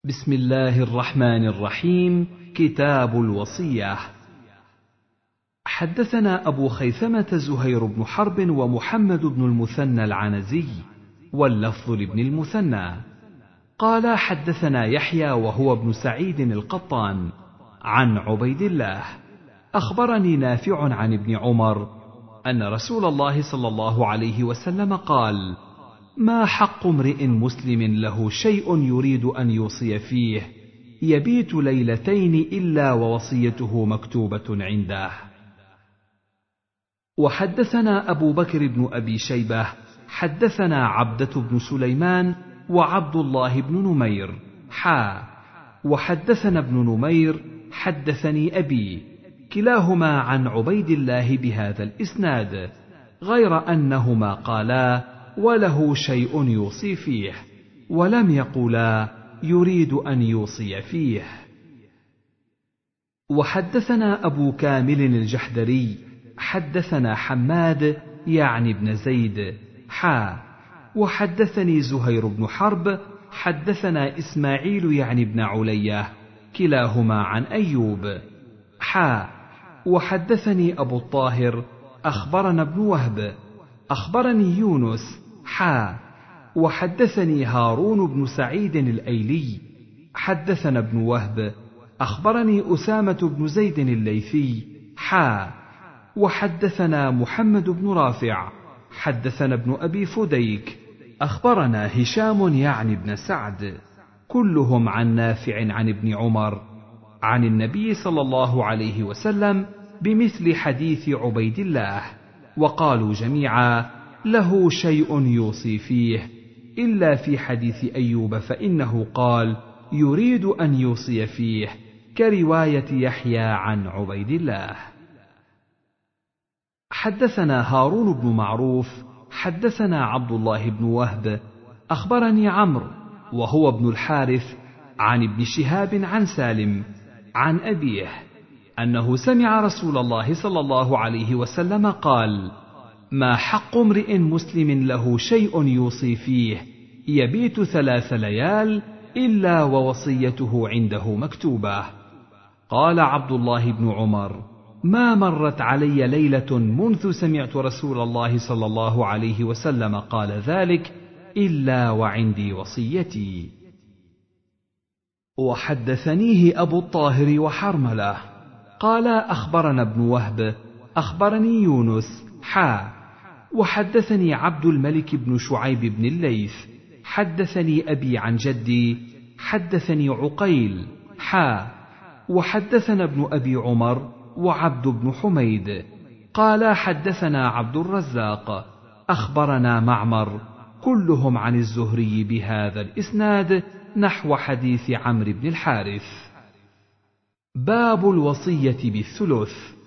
بسم الله الرحمن الرحيم. كتاب الوصية. حدثنا أبو خيثمة زهير بن حرب ومحمد بن المثنى العنزي، واللفظ لابن المثنى، قال حدثنا يحيى وهو ابن سعيد القطان عن عبيد الله أخبرني نافع عن ابن عمر أن رسول الله صلى الله عليه وسلم قال: ما حق امرئ مسلم له شيء يريد أن يوصي فيه يبيت ليلتين إلا ووصيته مكتوبة عنده. وحدثنا أبو بكر بن أبي شيبة حدثنا عبدة بن سليمان وعبد الله بن نمير وحدثنا ابن نمير حدثني أبي، كلاهما عن عبيد الله بهذا الإسناد، غير أنهما قالا: وله شيء يوصي فيه، ولم يقولا يريد أن يوصي فيه. وحدثنا أبو كامل الجحدري حدثنا حماد يعني بن زيد وحدثني زهير بن حرب حدثنا إسماعيل يعني بن علية، كلاهما عن أيوب وحدثني أبو الطاهر أخبرنا ابن وهب أخبرني يونس وحدثني هارون بن سعيد الأيلي حدثنا ابن وهب أخبرني أسامة بن زيد الليثي وحدثنا محمد بن رافع حدثنا ابن أبي فديك أخبرنا هشام يعني بن سعد، كلهم عن نافع عن ابن عمر عن النبي صلى الله عليه وسلم بمثل حديث عبيد الله، وقالوا جميعا: له شيء يوصي فيه، إلا في حديث أيوب فإنه قال: يريد أن يوصي فيه، كرواية يحيى عن عبيد الله. حدثنا هارون بن معروف حدثنا عبد الله بن وهب أخبرني عمرو وهو ابن الحارث عن ابن شهاب عن سالم عن أبيه أنه سمع رسول الله صلى الله عليه وسلم قال: ما حق امرئ مسلم له شيء يوصي فيه يبيت 3 ليال إلا ووصيته عنده مكتوبة. قال عبد الله بن عمر: ما مرت علي ليلة منذ سمعت رسول الله صلى الله عليه وسلم قال ذلك إلا وعندي وصيتي. وحدثنيه أبو الطاهر وحرملة قال أخبرنا ابن وهب أخبرني يونس وحدثني عبد الملك بن شعيب بن الليث حدثني أبي عن جدي حدثني عقيل وحدثنا ابن أبي عمر وعبد بن حميد قال حدثنا عبد الرزاق أخبرنا معمر، كلهم عن الزهري بهذا الإسناد نحو حديث عمرو بن الحارث. باب الوصية بالثلث.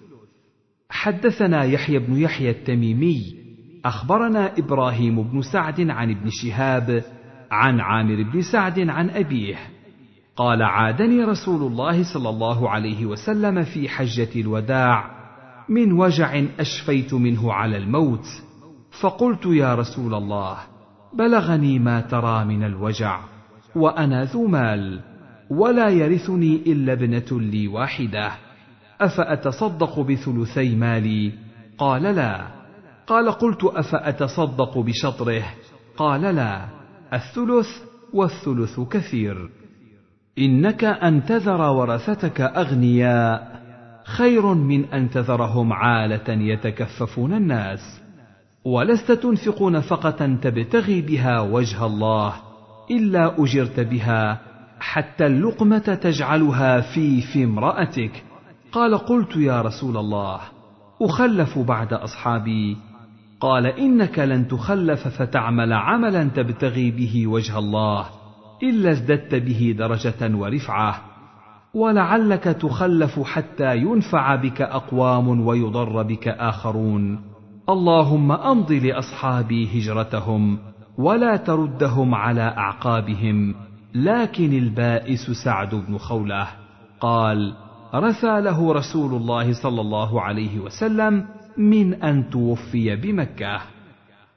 حدثنا يحيى بن يحيى التميمي أخبرنا إبراهيم بن سعد عن ابن شهاب عن عامر بن سعد عن أبيه قال: عادني رسول الله صلى الله عليه وسلم في حجة الوداع من وجع أشفيت منه على الموت، فقلت: يا رسول الله، بلغني ما ترى من الوجع، وأنا ذو مال، ولا يرثني إلا ابنة لي واحدة، أفأتصدق بثلثي مالي؟ قال: لا. قال: قلت: أفأتصدق بشطره؟ قال: لا، الثلث، والثلث كثير. إنك أن تذر ورثتك أغنياء خير من أن تذرهم عالة يتكففون الناس، ولست تنفق نفقة تبتغي بها وجه الله إلا أجرت بها حتى اللقمة تجعلها في امرأتك. قال: قلت: يا رسول الله، أخلف بعد أصحابي؟ قال: إنك لن تخلف فتعمل عملا تبتغي به وجه الله إلا ازددت به درجة ورفعة، ولعلك تخلف حتى ينفع بك أقوام ويضر بك آخرون. اللهم أمض لأصحابي هجرتهم ولا تردهم على أعقابهم. لكن البائس سعد بن خولة. قال: رثى له رسول الله صلى الله عليه وسلم من أن توفي بمكة.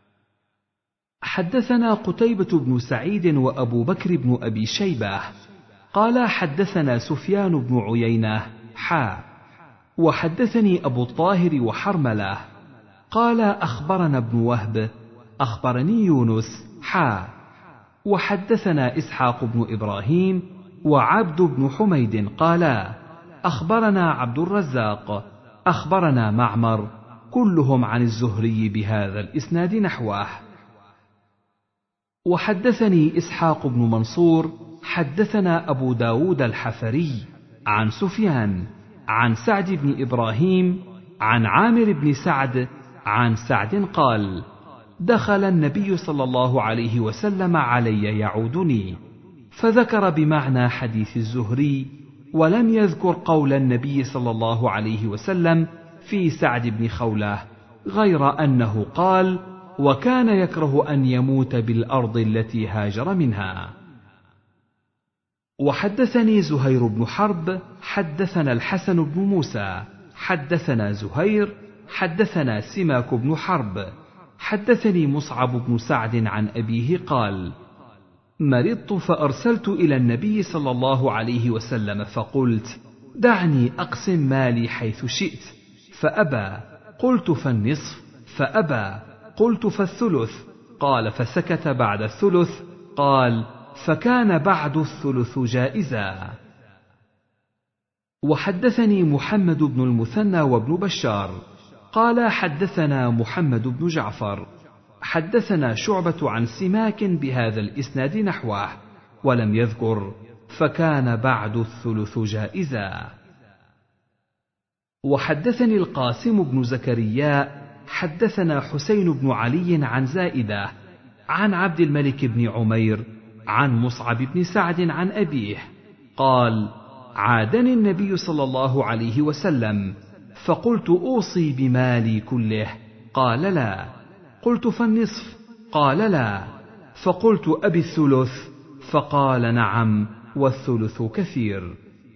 حدثنا قتيبة بن سعيد وأبو بكر بن أبي شيبة قال حدثنا سفيان بن عيينة وحدثني أبو الطاهر وحرملة قال أخبرنا ابن وهب أخبرني يونس وحدثنا إسحاق بن إبراهيم وعبد بن حميد قالا أخبرنا عبد الرزاق أخبرنا معمر كلهم عن الزهري بهذا الإسناد نحوه. وحدثني إسحاق بن منصور حدثنا أبو داود الحفري عن سفيان عن سعد بن إبراهيم عن عامر بن سعد عن سعد قال دخل النبي صلى الله عليه وسلم علي يعودني، فذكر بمعنى حديث الزهري ولم يذكر قول النبي صلى الله عليه وسلم في سعد بن خولة، غير أنه قال وكان يكره أن يموت بالأرض التي هاجر منها. وحدثني زهير بن حرب حدثنا الحسن بن موسى حدثنا زهير حدثنا سماك بن حرب حدثني مصعب بن سعد عن أبيه قال مرضت فأرسلت إلى النبي صلى الله عليه وسلم فقلت دعني أقسم مالي حيث شئت، فأبى، قلت فالنصف، فأبى، قلت فالثلث، قال فسكت بعد الثلث، قال فكان بعد الثلث جائزا. وحدثني محمد بن المثنى وابن بشار قال حدثنا محمد بن جعفر حدثنا شعبة عن سماك بهذا الإسناد نحوه ولم يذكر فكان بعد الثلث جائزا. وحدثني القاسم بن زكريا حدثنا حسين بن علي عن زائدة عن عبد الملك بن عمير عن مصعب بن سعد عن أبيه قال عادني النبي صلى الله عليه وسلم فقلت أوصي بمالي كله، قال لا، قلت فالنصف، قال لا، فقلت أبي الثلث، فقال نعم والثلث كثير.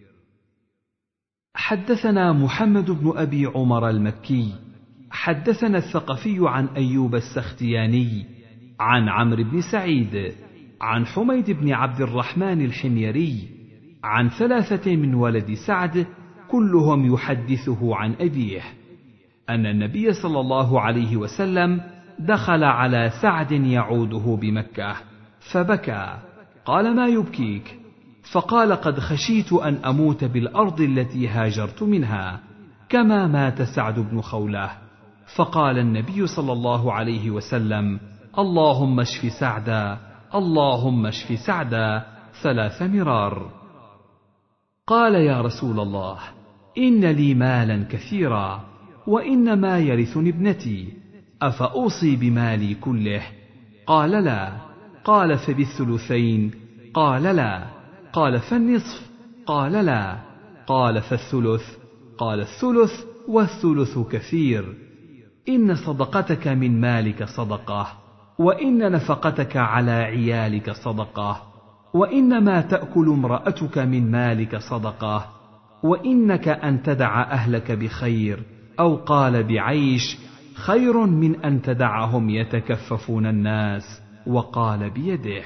حدثنا محمد بن أبي عمر المكي حدثنا الثقفي عن أيوب السختياني عن عمرو بن سعيد عن حميد بن عبد الرحمن الحميري عن 3 من ولد سعد كلهم يحدثه عن أبيه أن النبي صلى الله عليه وسلم دخل على سعد يعوده بمكة فبكى، قال ما يبكيك؟ فقال قد خشيت أن أموت بالأرض التي هاجرت منها كما مات سعد بن خولة. فقال النبي صلى الله عليه وسلم اللهم اشف سعدا، اللهم اشف سعدا 3 مرار. قال يا رسول الله إن لي مالا كثيرا وإنما يرثني ابنتي، أفأوصي بمالي كله؟ قال لا. قال فبالثلثين؟ قال لا. قال فالنصف؟ قال لا. قال فالثلث؟ قال الثلث والثلث كثير. إن صدقتك من مالك صدقة، وإن نفقتك على عيالك صدقة، وإنما تأكل امرأتك من مالك صدقة، وإنك أن تدع أهلك بخير أو قال بعيش خير من أن تدعهم يتكففون الناس، وقال بيده.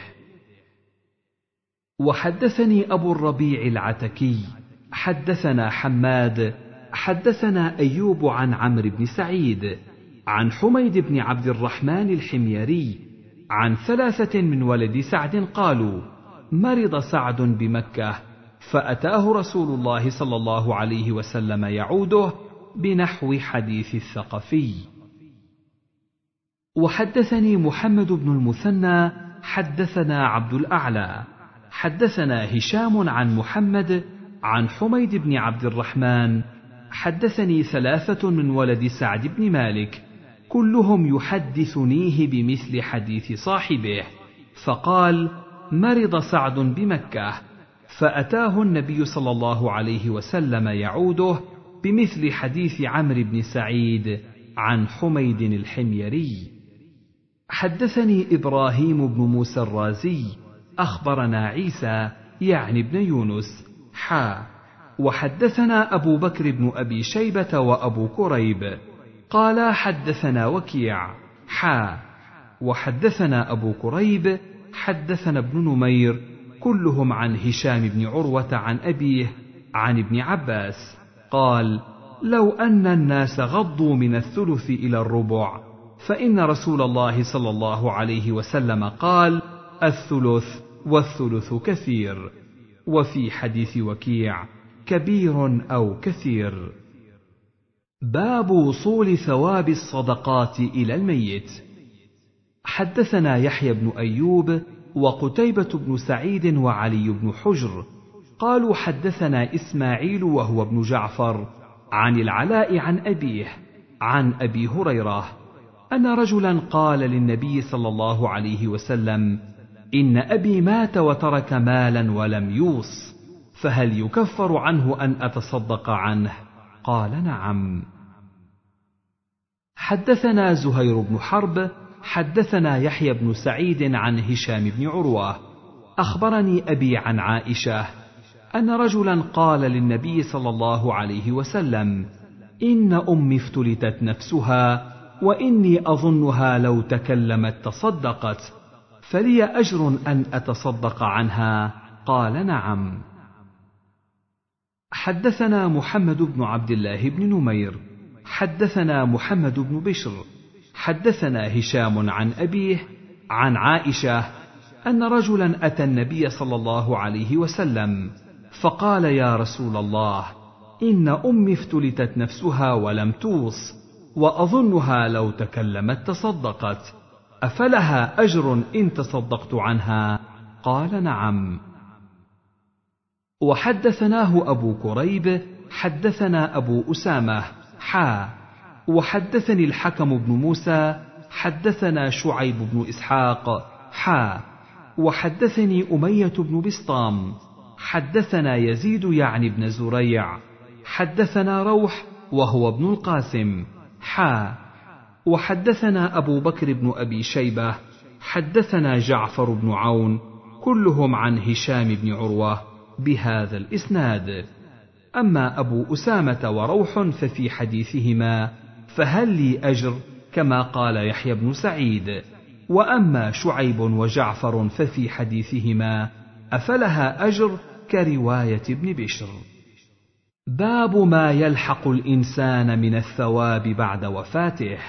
وحدثني أبو الربيع العتكي حدثنا حماد حدثنا أيوب عن عمرو بن سعيد عن حميد بن عبد الرحمن الحميري عن 3 من ولد سعد قالوا مرض سعد بمكة فأتاه رسول الله صلى الله عليه وسلم يعوده بنحو حديث الثقفي. وحدثني محمد بن المثنى حدثنا عبد الأعلى حدثنا هشام عن محمد عن حميد بن عبد الرحمن حدثني 3 من ولد سعد بن مالك كلهم يحدثنيه بمثل حديث صاحبه، فقال مرض سعد بمكة فأتاه النبي صلى الله عليه وسلم يعوده بمثل حديث عمرو بن سعيد عن حميد الحميري. حدثني إبراهيم بن موسى الرازي أخبرنا عيسى يعني ابن يونس وحدثنا أبو بكر بن أبي شيبة وأبو كريب قال حدثنا وكيع وحدثنا أبو كريب حدثنا ابن نمير كلهم عن هشام بن عروة عن أبيه عن ابن عباس قال: لو أن الناس غضوا من الثلث إلى الربع، فإن رسول الله صلى الله عليه وسلم قال: الثلث والثلث كثير. وفي حديث وكيع: كبير أو كثير. باب وصول ثواب الصدقات إلى الميت. حدثنا يحيى بن أيوب وقتيبة بن سعيد وعلي بن حجر قالوا حدثنا إسماعيل وهو ابن جعفر عن العلاء عن أبيه عن أبي هريرة أن رجلا قال للنبي صلى الله عليه وسلم: إن أبي مات وترك مالا ولم يوص، فهل يكفر عنه أن أتصدق عنه؟ قال: نعم. حدثنا زهير بن حرب حدثنا يحيى بن سعيد عن هشام بن عروة أخبرني أبي عن عائشة أن رجلا قال للنبي صلى الله عليه وسلم: إن أمي افتلتت نفسها وإني أظنها لو تكلمت تصدقت، فلي أجر أن أتصدق عنها؟ قال: نعم. حدثنا محمد بن عبد الله بن نمير حدثنا محمد بن بشر حدثنا هشام عن أبيه عن عائشة أن رجلا أتى النبي صلى الله عليه وسلم فقال: يا رسول الله، إن أمي افتلتت نفسها ولم توص، وأظنها لو تكلمت تصدقت، أفلها أجر إن تصدقت عنها؟ قال: نعم. وحدثناه أبو كريب حدثنا أبو أسامة وحدثني الحكم بن موسى حدثنا شعيب بن إسحاق وحدثني أمية بن بسطام حدثنا يزيد يعني بن زريع حدثنا روح وهو ابن القاسم وحدثنا أبو بكر بن أبي شيبة حدثنا جعفر بن عون كلهم عن هشام بن عروة بهذا الإسناد. أما أبو أسامة وروح ففي حديثهما فهل لي أجر كما قال يحيى بن سعيد، وأما شعيب وجعفر ففي حديثهما أفلها أجر كرواية ابن بشر. باب ما يلحق الإنسان من الثواب بعد وفاته.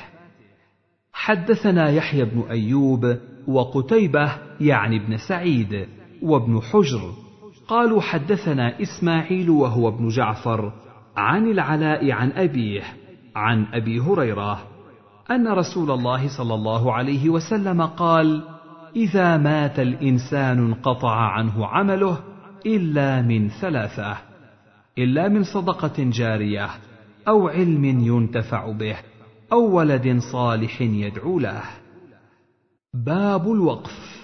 حدثنا يحيى بن أيوب وقتيبة يعني ابن سعيد وابن حجر قالوا حدثنا إسماعيل وهو ابن جعفر عن العلاء عن أبيه عن أبي هريرة أن رسول الله صلى الله عليه وسلم قال: إذا مات الإنسان انقطع عنه عمله إلا من ثلاثة: إلا من صدقة جارية أو علم ينتفع به أو ولد صالح يدعو له. باب الوقف.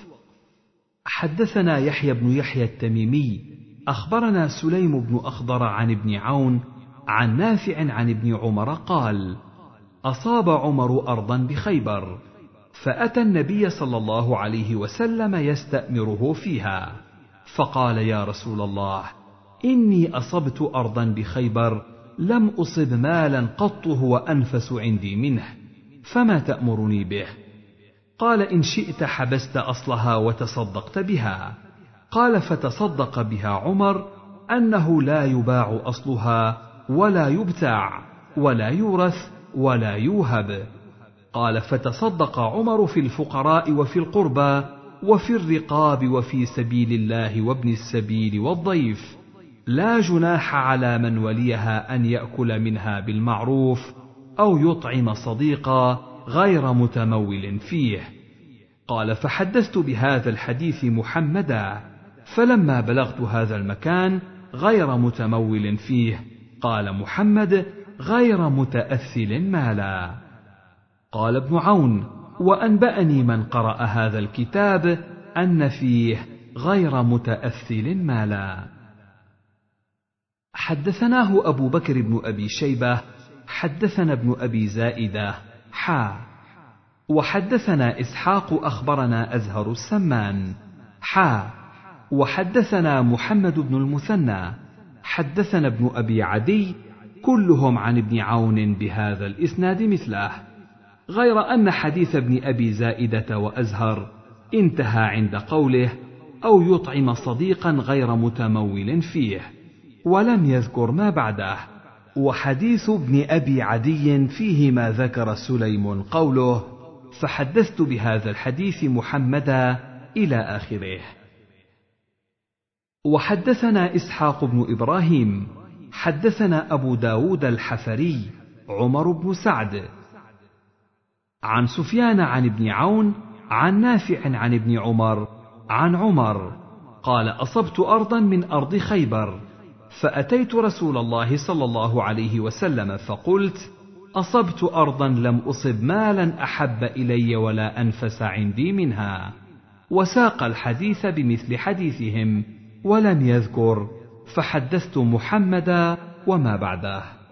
حدثنا يحيى بن يحيى التميمي أخبرنا سليم بن أخضر عن ابن عون عن نافع عن ابن عمر قال: أصاب عمر أرضا بخيبر، فأتى النبي صلى الله عليه وسلم يستأمره فيها، فقال: يا رسول الله، إني أصبت أرضا بخيبر لم أصب مالا قط هو أنفس عندي منه، فما تأمرني به؟ قال: إن شئت حبست أصلها وتصدقت بها. قال: فتصدق بها عمر أنه لا يباع أصلها ولا يبتاع ولا يورث ولا يوهب. قال: فتصدق عمر في الفقراء وفي القربى وفي الرقاب وفي سبيل الله وابن السبيل والضيف، لا جناح على من وليها أن يأكل منها بالمعروف أو يطعم صديقا غير متمول فيه. قال: فحدثت بهذا الحديث محمدا، فلما بلغت هذا المكان غير متمول فيه، قال محمد: غير متأثل مالا. قال ابن عون: وأنبأني من قرأ هذا الكتاب أن فيه غير متأثل مالا. حدثناه أبو بكر بن أبي شيبة حدثنا ابن أبي زائدة وحدثنا إسحاق أخبرنا أزهر السمان وحدثنا محمد بن المثنى حدثنا ابن أبي عدي كلهم عن ابن عون بهذا الإسناد مثله، غير أن حديث ابن أبي زائدة وأزهر انتهى عند قوله: أو يطعم صديقا غير متمول فيه، ولم يذكر ما بعده. وحديث ابن أبي عدي فيه ما ذكر سليم قوله: فحدثت بهذا الحديث محمدا إلى آخره. وحدثنا إسحاق بن إبراهيم حدثنا أبو داود الحفري عمر بن سعد عن سفيان عن ابن عون عن نافع عن ابن عمر عن عمر قال: أصبت أرضا من أرض خيبر، فأتيت رسول الله صلى الله عليه وسلم فقلت: أصبت أرضا لم أصب مالا أحب إلي ولا أنفس عندي منها. وساق الحديث بمثل حديثهم ولم يذكر، فحدثت محمدا وما بعده.